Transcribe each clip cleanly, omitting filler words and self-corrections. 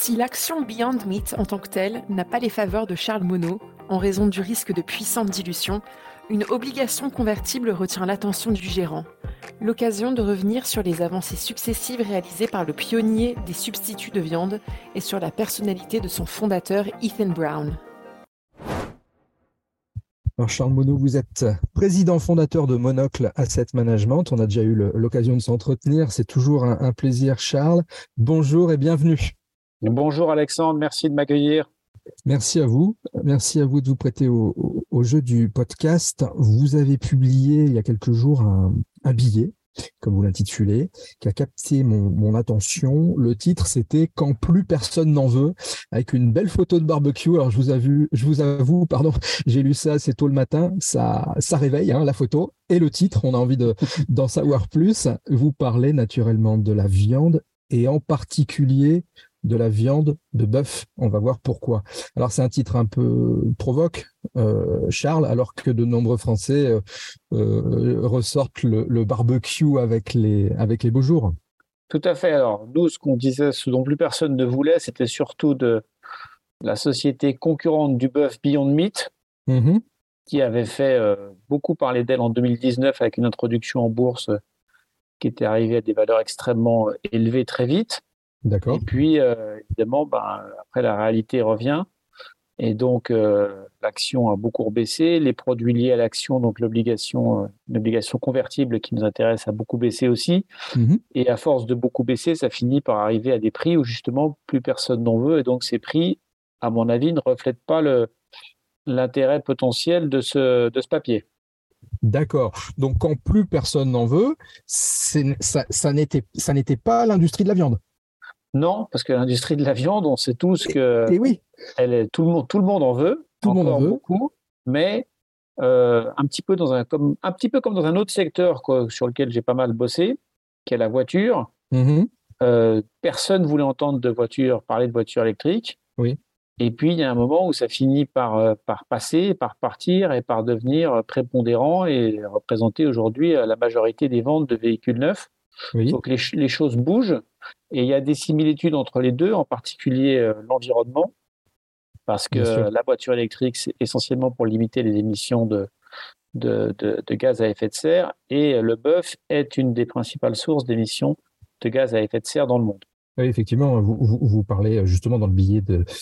Si l'action Beyond Meat en tant que telle n'a pas les faveurs de Charles Monod, en raison du risque de puissante dilution, une obligation convertible retient l'attention du gérant. L'occasion de revenir sur les avancées successives réalisées par le pionnier des substituts de viande et sur la personnalité de son fondateur Ethan Brown. Alors Charles Monod, vous êtes président fondateur de Monocle Asset Management. On a déjà eu l'occasion de s'entretenir. C'est toujours un plaisir, Charles. Bonjour et bienvenue. Bonjour Alexandre, merci de m'accueillir. Merci à vous. Merci à vous de vous prêter au jeu du podcast. Vous avez publié il y a quelques jours un billet, comme vous l'intitulez, qui a capté mon attention. Le titre, c'était « Quand plus personne n'en veut », avec une belle photo de barbecue. Alors, je vous avoue, j'ai lu ça assez tôt le matin. Ça réveille, la photo. Et le titre, on a envie d'en savoir plus. Vous parlez naturellement de la viande et en particulier de la viande de bœuf. On va voir pourquoi. Alors, c'est un titre un peu provoque, Charles, alors que de nombreux Français ressortent le barbecue avec les beaux jours. Tout à fait. Alors, nous, ce qu'on disait, ce dont plus personne ne voulait, c'était surtout de la société concurrente du bœuf Beyond Meat, qui avait fait beaucoup parler d'elle en 2019 avec une introduction en bourse qui était arrivée à des valeurs extrêmement élevées très vite. D'accord. Et puis, évidemment, après, la réalité revient. Et donc, l'action a beaucoup baissé. Les produits liés à l'action, donc l'obligation convertible qui nous intéresse, a beaucoup baissé aussi. Et à force de beaucoup baisser, ça finit par arriver à des prix où, justement, plus personne n'en veut. Et donc, ces prix, à mon avis, ne reflètent pas l'intérêt potentiel de ce papier. D'accord. Donc, quand plus personne n'en veut, ça n'était pas l'industrie de la viande. Non, parce que l'industrie de la viande, on sait tous que oui. tout le monde en veut, beaucoup, mais un petit peu comme dans un autre secteur sur lequel j'ai pas mal bossé, qui est la voiture. Personne ne voulait entendre parler de voiture électrique. Oui. Et puis il y a un moment où ça finit par passer, par partir et par devenir prépondérant et représenter aujourd'hui la majorité des ventes de véhicules neufs. Oui. Donc les choses bougent et il y a des similitudes entre les deux, en particulier l'environnement, parce que la voiture électrique, c'est essentiellement pour limiter les émissions de gaz à effet de serre, et le bœuf est une des principales sources d'émissions de gaz à effet de serre dans le monde. Oui, effectivement, vous parlez justement dans le billet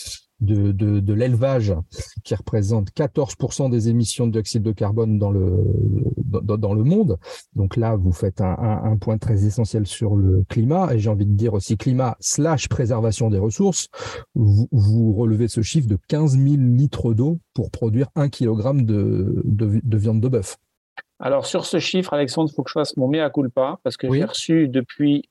de l'élevage qui représente 14% des émissions de dioxyde de carbone dans le monde. Donc là, vous faites un point très essentiel sur le climat, et j'ai envie de dire aussi climat / préservation des ressources. Vous relevez ce chiffre de 15 000 litres d'eau pour produire 1 kg de viande de bœuf. Alors sur ce chiffre, Alexandre, il faut que je fasse mon mea culpa, parce que j'ai reçu depuis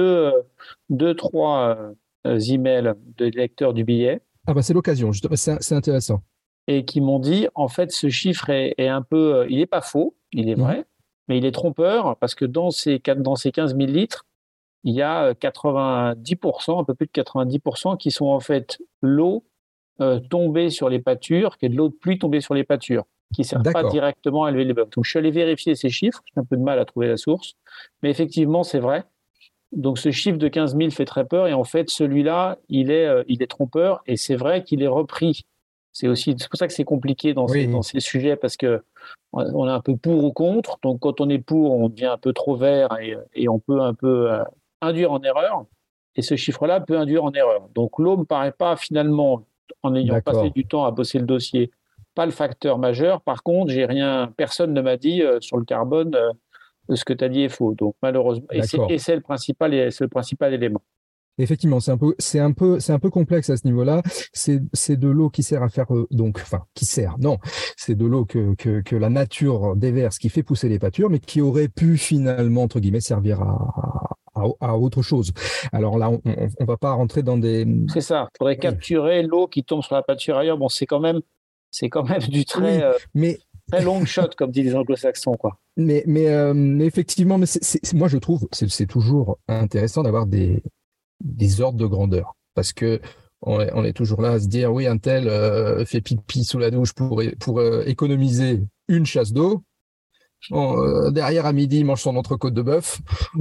trois emails de lecteurs du billet. C'est l'occasion, c'est intéressant. Et qui m'ont dit, en fait, ce chiffre est un peu, il n'est pas faux, il est vrai, mais il est trompeur, parce que dans ces 15 000 litres, il y a 90%, un peu plus de 90% qui sont en fait l'eau tombée sur les pâtures, qui est de l'eau de pluie tombée sur les pâtures, qui ne sert pas directement à élever les bœufs. Donc je suis allé vérifier ces chiffres, j'ai un peu de mal à trouver la source, mais effectivement, c'est vrai. Donc ce chiffre de 15 000 fait très peur, et en fait celui-là il est trompeur, et c'est vrai qu'il est repris. C'est pour ça que c'est compliqué dans ces sujets, parce que on est un peu pour ou contre. Donc quand on est pour, on devient un peu trop vert, et on peut un peu induire en erreur, et ce chiffre-là peut induire en erreur. Donc l'eau me paraît pas, finalement, en ayant passé du temps à bosser le dossier, pas le facteur majeur. Par contre, personne ne m'a dit sur le carbone ce que tu as dit est faux. Donc malheureusement, et c'est le principal élément. Effectivement, c'est un peu complexe à ce niveau-là. C'est de l'eau qui sert à faire c'est de l'eau que la nature déverse, qui fait pousser les pâtures, mais qui aurait pu finalement, entre guillemets, servir à autre chose. Alors là, on va pas rentrer dans des. C'est ça. Il faudrait capturer l'eau qui tombe sur la pâture ailleurs. Bon, c'est quand même du très long shot, comme disent les anglo-saxons, quoi. Mais effectivement, moi je trouve c'est toujours intéressant d'avoir des ordres de grandeur, parce que on est toujours là à se dire oui, un tel fait pipi sous la douche pour économiser une chasse d'eau. Derrière, à midi, il mange son entrecôte de bœuf.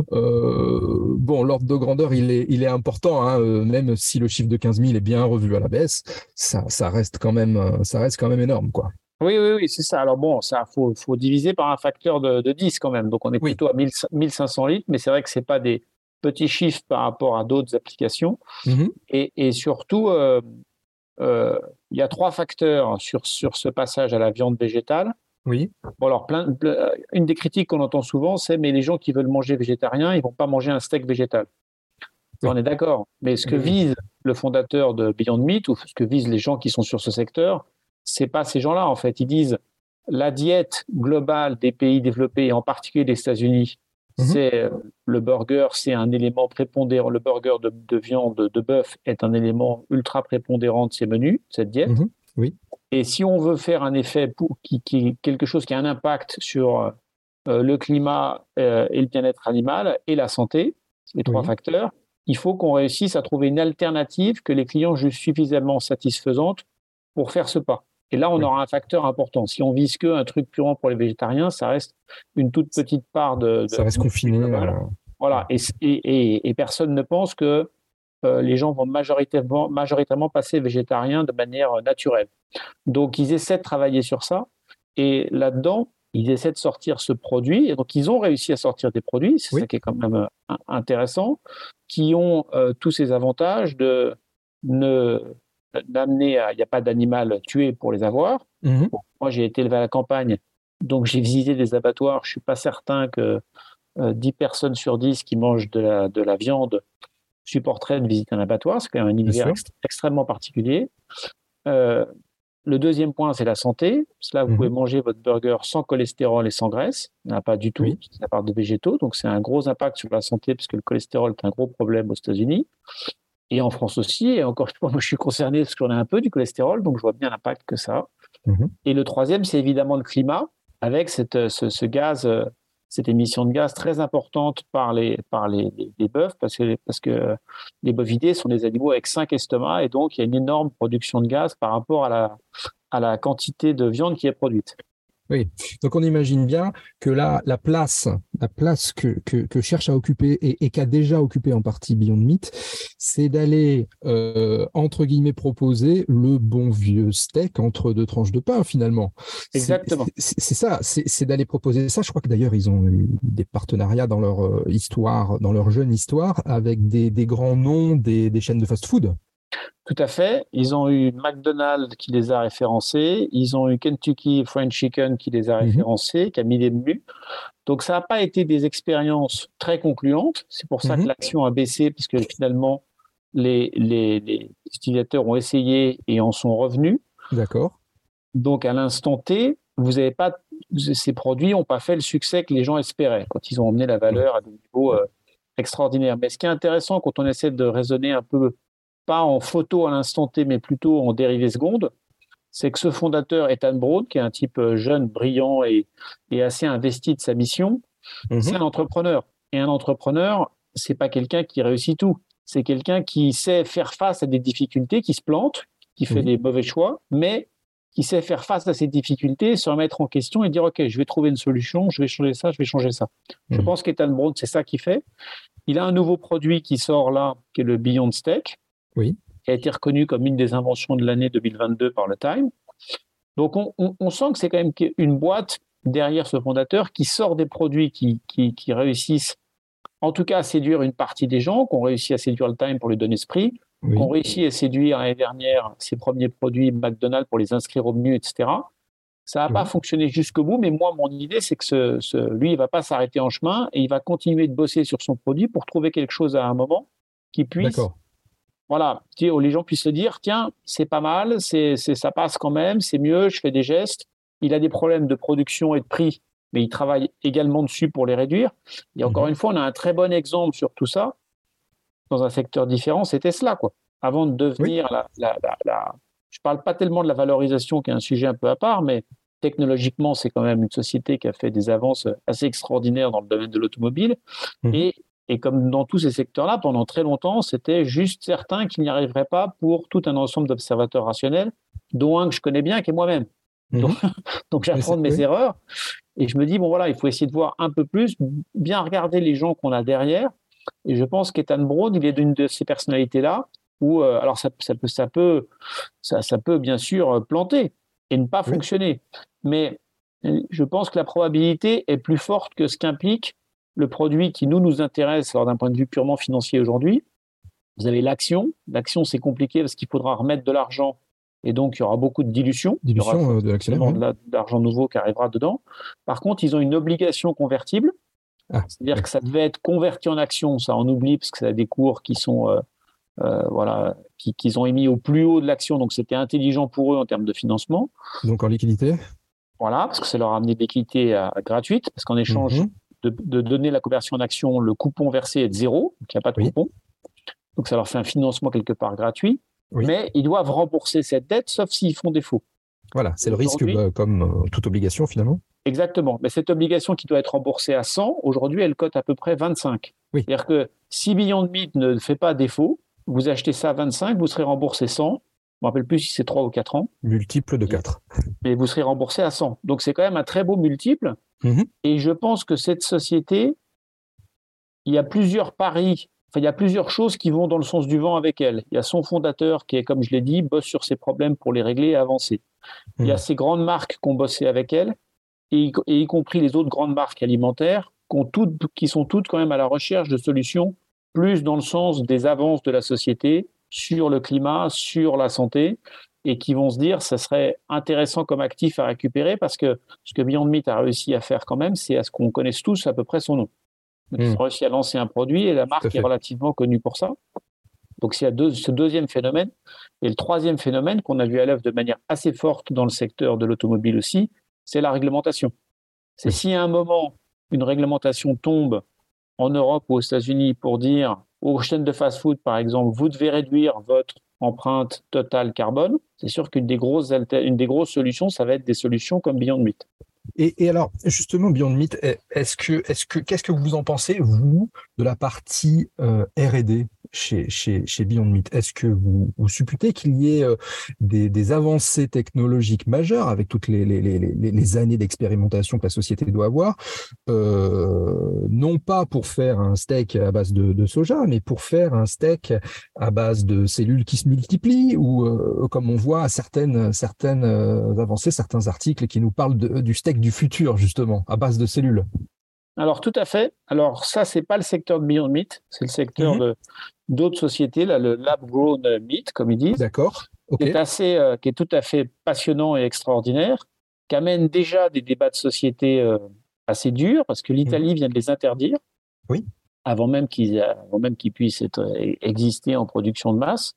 Bon, l'ordre de grandeur, il est important, hein, même si le chiffre de 15 000 est bien revu à la baisse, ça reste ça reste quand même énorme, quoi. Oui, oui, oui, c'est ça. Alors bon, ça, faut diviser par un facteur de 10 quand même. Donc on est Oui. plutôt à 1500 litres, mais c'est vrai que c'est pas des petits chiffres par rapport à d'autres applications. Mhm. Et surtout, euh, il y a trois facteurs sur ce passage à la viande végétale. Oui. Bon, alors, une des critiques qu'on entend souvent, c'est mais les gens qui veulent manger végétarien, ils vont pas manger un steak végétal. Ça, Oui. on est d'accord. Mais ce que Oui, oui. vise le fondateur de Beyond Meat ou ce que visent les gens qui sont sur ce secteur, c'est pas ces gens-là en fait. Ils disent la diète globale des pays développés, et en particulier des États-Unis, Mhm. c'est le burger, c'est un élément prépondérant. Le burger de viande de bœuf est un élément ultra prépondérant de ces menus, cette diète. Mhm. Oui. Et si on veut faire un effet quelque chose qui a un impact sur le climat et le bien-être animal et la santé, les trois Oui. facteurs, il faut qu'on réussisse à trouver une alternative que les clients jugent suffisamment satisfaisante pour faire ce pas. Et là, on Oui. aura un facteur important. Si on vise qu'un truc purement pour les végétariens, ça reste une toute petite part Ça reste du marché confiné. global. Voilà. Et personne ne pense que les gens vont majoritairement passer végétarien de manière naturelle. Donc, ils essaient de travailler sur ça. Et là-dedans, ils essaient de sortir ce produit. Et donc, ils ont réussi à sortir des produits, c'est ça Oui. qui est quand même intéressant, qui ont tous ces avantages de ne d'amener à... Il n'y a pas d'animal tué pour les avoir. Mhm. Bon, moi, j'ai été élevé à la campagne, donc j'ai visité des abattoirs. Je ne suis pas certain que 10 personnes sur 10 qui mangent de la viande supporteraient de visiter un abattoir. C'est quand même un Bien univers sûr. extrêmement particulier. Euh, le deuxième point, c'est la santé. Là, vous pouvez Mhm. manger votre burger sans cholestérol et sans graisse. Il n'y en a pas du tout. Oui. Ça part de végétaux. Donc, c'est un gros impact sur la santé parce que le cholestérol est un gros problème aux États-Unis et en France aussi. Et encore une fois, moi, je suis concerné parce qu'on a un peu du cholestérol. Donc, je vois bien l'impact que ça a. Mhm. Et le troisième, c'est évidemment le climat avec ce gaz, cette émission de gaz très importante par les bœufs parce que les bovidés sont des animaux avec 5 estomacs et donc il y a une énorme production de gaz par rapport à la quantité de viande qui est produite. Oui, donc on imagine bien que là, la place que cherche à occuper et qu'a déjà occupé en partie Beyond Meat, c'est d'aller, entre guillemets, proposer le bon vieux steak entre deux tranches de pain, finalement. Exactement. C'est ça, c'est d'aller proposer ça. Je crois que d'ailleurs, ils ont eu des partenariats dans leur histoire, dans leur jeune histoire, avec des grands noms des chaînes de fast-food. Tout à fait. Ils ont eu McDonald's qui les a référencés. Ils ont eu Kentucky Fried Chicken qui les a Mhm. référencés, qui a mis des menus. Donc, ça n'a pas été des expériences très concluantes. C'est pour ça que Mhm. l'action a baissé, puisque finalement, les utilisateurs ont essayé et en sont revenus. D'accord. Donc, à l'instant T, vous avez pas, ces produits n'ont pas fait le succès que les gens espéraient quand ils ont emmené la Ouais. valeur à des niveaux extraordinaires. Mais ce qui est intéressant quand on essaie de raisonner un peu, pas en photo à l'instant T, mais plutôt en dérivée seconde, c'est que ce fondateur, Ethan Broad, qui est un type jeune, brillant et assez investi de sa mission, c'est Mhm. un entrepreneur. Et un entrepreneur, c'est pas quelqu'un qui réussit tout. C'est quelqu'un qui sait faire face à des difficultés, qui se plante, qui fait Oui. des mauvais choix, mais qui sait faire face à ces difficultés, se remettre en question et dire OK, je vais trouver une solution, je vais changer ça, je vais changer ça. Je Mhm. pense qu'Ethan Broad, c'est ça qu'il fait. Il a un nouveau produit qui sort là, qui est le Beyond Steak, Oui. qui a été reconnu comme une des inventions de l'année 2022 par le Time. Donc on sent que c'est quand même une boîte derrière ce fondateur qui sort des produits qui réussissent en tout cas à séduire une partie des gens, qu'on réussit à séduire le Time pour lui donner ce prix, qu'on Oui. réussit à séduire l'année dernière ses premiers produits McDonald's pour les inscrire au menu, etc. Ça n'a pas Oui. fonctionné jusqu'au bout, mais moi, mon idée, c'est que lui, il ne va pas s'arrêter en chemin et il va continuer de bosser sur son produit pour trouver quelque chose à un moment qui puisse, D'accord. voilà, où les gens puissent se dire, tiens, c'est pas mal, ça passe quand même, c'est mieux, je fais des gestes. Il a des problèmes de production et de prix, mais il travaille également dessus pour les réduire. Et encore Mhm. une fois, on a un très bon exemple sur tout ça dans un secteur différent, c'est Tesla, quoi. Avant de Oui. devenir je parle pas tellement de la valorisation, qui est un sujet un peu à part, mais technologiquement, c'est quand même une société qui a fait des avances assez extraordinaires dans le domaine de l'automobile. Mhm. Et, et comme dans tous ces secteurs-là, pendant très longtemps, c'était juste certain qu'il n'y arriverait pas pour tout un ensemble d'observateurs rationnels, dont un que je connais bien, qui est moi-même. Donc, donc j'apprends de mes oui. erreurs et je me dis, bon voilà, il faut essayer de voir un peu plus, bien regarder les gens qu'on a derrière. Et je pense qu'Ethan Broad, il est d'une de ces personnalités-là où, alors ça peut bien sûr planter et ne pas Oui. fonctionner. Mais je pense que la probabilité est plus forte que ce qu'implique le produit qui nous intéresse alors d'un point de vue purement financier aujourd'hui. Vous avez l'action. L'action, c'est compliqué parce qu'il faudra remettre de l'argent et donc il y aura beaucoup de dilution. Il y aura De l'actionnaire, forcément oui. de l'argent nouveau qui arrivera dedans. Par contre, ils ont une obligation convertible. C'est-à-dire que ça devait être converti en action. Ça, on oublie parce que ça a des cours qui sont qu'ils ont émis au plus haut de l'action. Donc, c'était intelligent pour eux en termes de financement. Donc, en liquidité. Voilà, parce que ça leur a amené des liquidités gratuites. Parce qu'en échange de donner la conversion en action, le coupon versé est de 0. Donc, il n'y a pas de coupon. Donc, ça leur fait un financement quelque part gratuit. Oui. Mais ils doivent rembourser cette dette, sauf s'ils font défaut. Voilà, c'est le risque comme toute obligation finalement. Exactement. Mais cette obligation qui doit être remboursée à 100, aujourd'hui, elle cote à peu près 25. Oui. C'est-à-dire que si Beyond Meat ne fait pas défaut, vous achetez ça à 25, vous serez remboursé 100. Je ne me rappelle plus si c'est 3 ou 4 ans. Multiple de 4. Mais vous serez remboursé à 100. Donc, c'est quand même un très beau multiple. Et je pense que cette société, il y a plusieurs paris. Enfin, il y a plusieurs choses qui vont dans le sens du vent avec elle. Il y a son fondateur qui est, comme je l'ai dit, bosse sur ses problèmes pour les régler et avancer. Il y a ces grandes marques qui ont bossé avec elle, et y compris les autres grandes marques alimentaires qui sont toutes quand même à la recherche de solutions plus dans le sens des avances de la société sur le climat, sur la santé, et qui vont se dire ça serait intéressant comme actif à récupérer parce que ce que Beyond Meat a réussi à faire quand même, c'est à ce qu'on connaisse tous à peu près son nom. Ils ont réussi à lancer un produit et la marque est relativement connue pour ça. Donc, il y a ce deuxième phénomène. Et le troisième phénomène qu'on a vu à l'œuvre de manière assez forte dans le secteur de l'automobile aussi, c'est la réglementation. C'est si à un moment, une réglementation tombe en Europe ou aux États-Unis pour dire aux chaînes de fast-food, par exemple, vous devez réduire votre empreinte totale carbone, c'est sûr qu'une des grosses solutions, ça va être des solutions comme Beyond Meat. Et alors, justement, Beyond Meat, qu'est-ce que vous en pensez, vous, de la partie R&D chez Beyond Meat? Est-ce que vous supputez qu'il y ait des avancées technologiques majeures avec toutes les années d'expérimentation que la société doit avoir, non pas pour faire un steak à base de soja, mais pour faire un steak à base de cellules qui se multiplient, ou comme on voit certaines avancées, certains articles qui nous parlent du steak du futur, justement, à base de cellules. Alors, tout à fait. Alors, ça, c'est pas le secteur de Beyond Meat, c'est le secteur d'autres sociétés, là, le Lab Grown Meat, comme ils disent. D'accord. Okay. Qui est tout à fait passionnant et extraordinaire, qui amène déjà des débats de société assez durs, parce que l'Italie vient de les interdire, avant même qu'ils puissent exister en production de masse.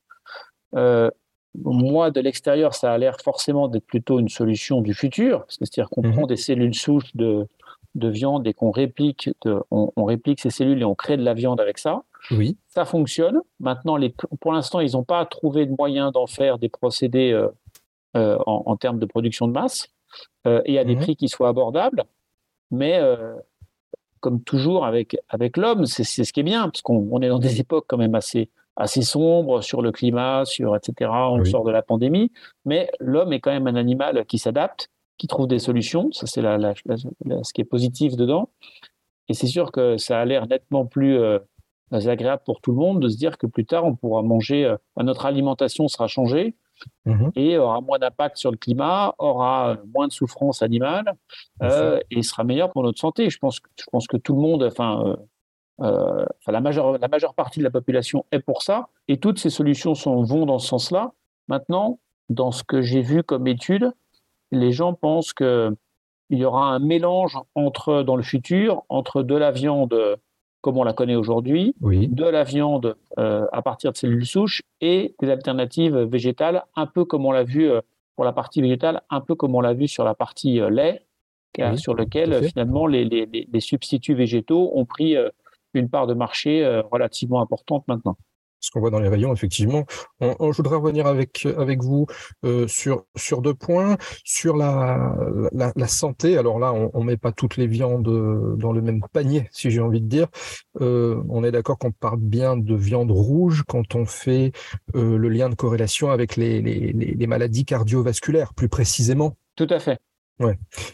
Moi, de l'extérieur, ça a l'air forcément d'être plutôt une solution du futur, parce que c'est-à-dire qu'on prend des cellules souches de viande et qu'on réplique, on réplique ces cellules et on crée de la viande avec ça. Oui. Ça fonctionne. Maintenant, pour l'instant, ils n'ont pas trouvé de moyen d'en faire des procédés en termes de production de masse et à des prix qui soient abordables. Mais comme toujours avec l'homme, c'est ce qui est bien, parce qu'on est dans des époques quand même assez sombres sur le climat, etc. On sort de la pandémie, mais l'homme est quand même un animal qui s'adapte, qui trouve des solutions. Ça, c'est ce qui est positif dedans. Et c'est sûr que ça a l'air nettement plus agréable pour tout le monde de se dire que plus tard, on pourra manger, notre alimentation sera changée et aura moins d'impact sur le climat, aura moins de souffrance animale et sera meilleur pour notre santé. Je pense que tout le monde, la majeure partie de la population est pour ça, et toutes ces solutions vont dans ce sens-là. Maintenant, dans ce que j'ai vu comme étude, les gens pensent qu'il y aura un mélange dans le futur entre de la viande comme on la connaît aujourd'hui, de la viande à partir de cellules souches et des alternatives végétales, un peu comme on l'a vu pour la partie végétale, un peu comme on l'a vu sur la partie lait, sur lequel finalement les substituts végétaux ont pris une part de marché relativement importante maintenant. Ce qu'on voit dans les rayons, effectivement. Je voudrais revenir avec vous sur deux points. Sur la santé, alors là, on met pas toutes les viandes dans le même panier, si j'ai envie de dire. On est d'accord qu'on parle bien de viande rouge quand on fait le lien de corrélation avec les maladies cardiovasculaires, plus précisément. Tout à fait. Ouais.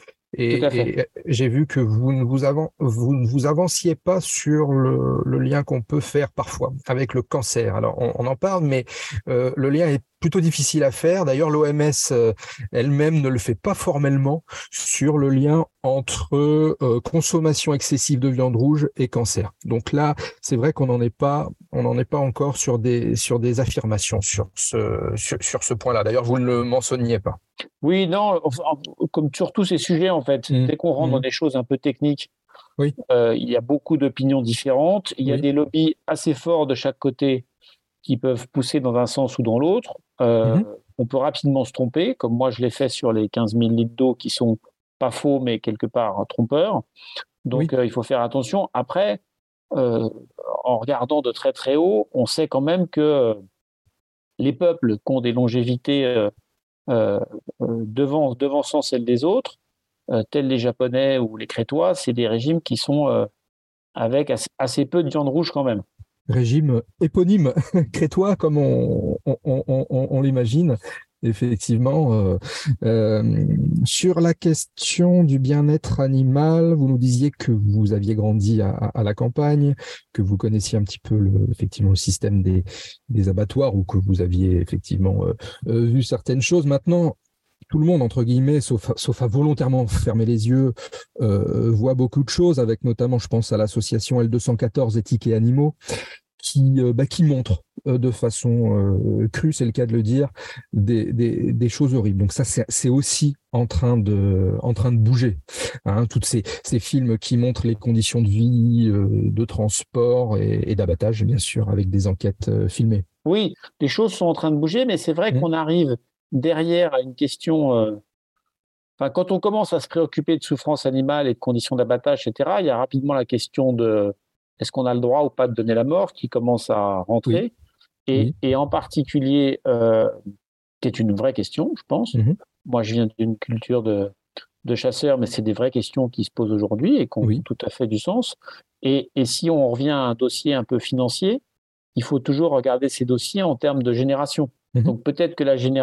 Et j'ai vu que vous ne vous avanciez pas sur le lien qu'on peut faire parfois avec le cancer. Alors, on en parle, mais le lien est plutôt difficile à faire. D'ailleurs, l'OMS elle-même ne le fait pas formellement sur le lien entre consommation excessive de viande rouge et cancer. Donc là, c'est vrai qu'on n'en est pas encore sur des affirmations sur ce point-là. D'ailleurs, vous ne le mentionniez pas. Oui, non, comme sur tous ces sujets, en fait, dès qu'on rentre dans des choses un peu techniques, oui. Il y a beaucoup d'opinions différentes. Il y a des lobbies assez forts de chaque côté qui peuvent pousser dans un sens ou dans l'autre. On peut rapidement se tromper, comme moi je l'ai fait sur les 15 000 litres d'eau qui sont pas faux, mais quelque part trompeurs. Donc il faut faire attention. Après, en regardant de très très haut, on sait quand même que les peuples qui ont des longévités devançant celles des autres, tels les Japonais ou les Crétois, c'est des régimes qui sont avec assez peu de viande rouge quand même. Régime éponyme crétois, comme on l'imagine. Effectivement, sur la question du bien-être animal, vous nous disiez que vous aviez grandi à la campagne, que vous connaissiez un petit peu effectivement le système des abattoirs, ou que vous aviez effectivement vu certaines choses. Maintenant, tout le monde, entre guillemets, sauf à volontairement fermer les yeux, voit beaucoup de choses, avec notamment, je pense à l'association L214 Éthique et Animaux, qui montre de façon crue, c'est le cas de le dire, des choses horribles. Donc ça, c'est aussi en train de bouger. Hein, toutes ces films qui montrent les conditions de vie, de transport et d'abattage, bien sûr, avec des enquêtes filmées. Oui, les choses sont en train de bouger, mais c'est vrai qu'on arrive derrière à une question... quand on commence à se préoccuper de souffrance animale et de conditions d'abattage, etc., il y a rapidement la question de est-ce qu'on a le droit ou pas de donner la mort qui commence à rentrer. Et en particulier, qui est une vraie question, je pense. Moi, je viens d'une culture de chasseurs, mais c'est des vraies questions qui se posent aujourd'hui et qui ont tout à fait du sens. Et si on revient à un dossier un peu financier, il faut toujours regarder ces dossiers en termes de génération. Donc peut-être que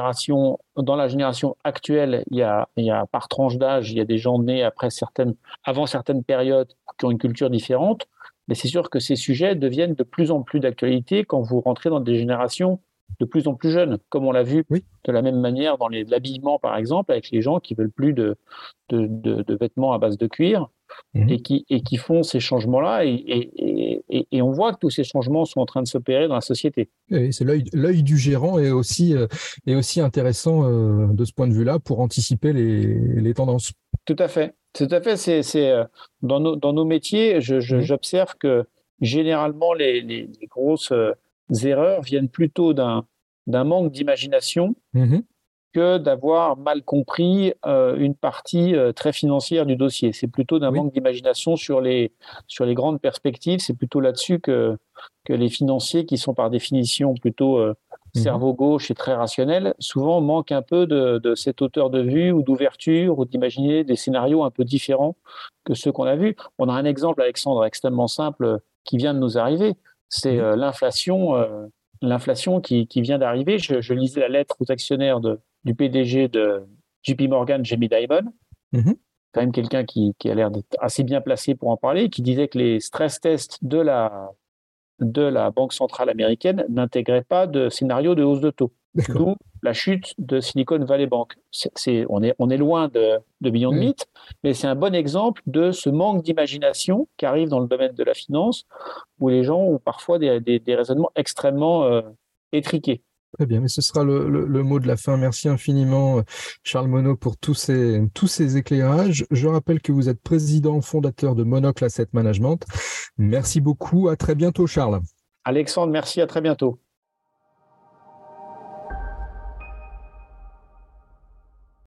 dans la génération actuelle, il y a par tranche d'âge, il y a des gens nés avant certaines périodes qui ont une culture différente, mais c'est sûr que ces sujets deviennent de plus en plus d'actualité quand vous rentrez dans des générations de plus en plus jeunes, comme on l'a vu de la même manière dans l'habillement par exemple, avec les gens qui veulent plus de vêtements à base de cuir. Et qui font ces changements-là, et on voit que tous ces changements sont en train de s'opérer dans la société. Et c'est l'œil du gérant est aussi intéressant de ce point de vue-là pour anticiper les tendances. Tout à fait. C'est dans nos métiers, j'observe que généralement les grosses erreurs viennent plutôt d'un manque d'imagination que d'avoir mal compris une partie très financière du dossier. C'est plutôt d'un manque d'imagination sur les grandes perspectives. C'est plutôt là-dessus que les financiers, qui sont par définition plutôt cerveau gauche et très rationnels, souvent manquent un peu de cette hauteur de vue ou d'ouverture, ou d'imaginer des scénarios un peu différents que ceux qu'on a vus. On a un exemple, Alexandre, extrêmement simple qui vient de nous arriver. C'est l'inflation qui vient d'arriver. Je lisais la lettre aux actionnaires du PDG de JP Morgan, Jamie Dimon, quand même quelqu'un qui a l'air d'être assez bien placé pour en parler, qui disait que les stress tests de la Banque centrale américaine n'intégraient pas de scénario de hausse de taux. D'où la chute de Silicon Valley Bank. On est loin de Beyond Meat, mais c'est un bon exemple de ce manque d'imagination qui arrive dans le domaine de la finance, où les gens ont parfois des raisonnements extrêmement étriqués. Très bien, mais ce sera le mot de la fin. Merci infiniment, Charles Monod, pour tous ces éclairages. Je rappelle que vous êtes président fondateur de Monocle Asset Management. Merci beaucoup. À très bientôt, Charles. Alexandre, merci. À très bientôt.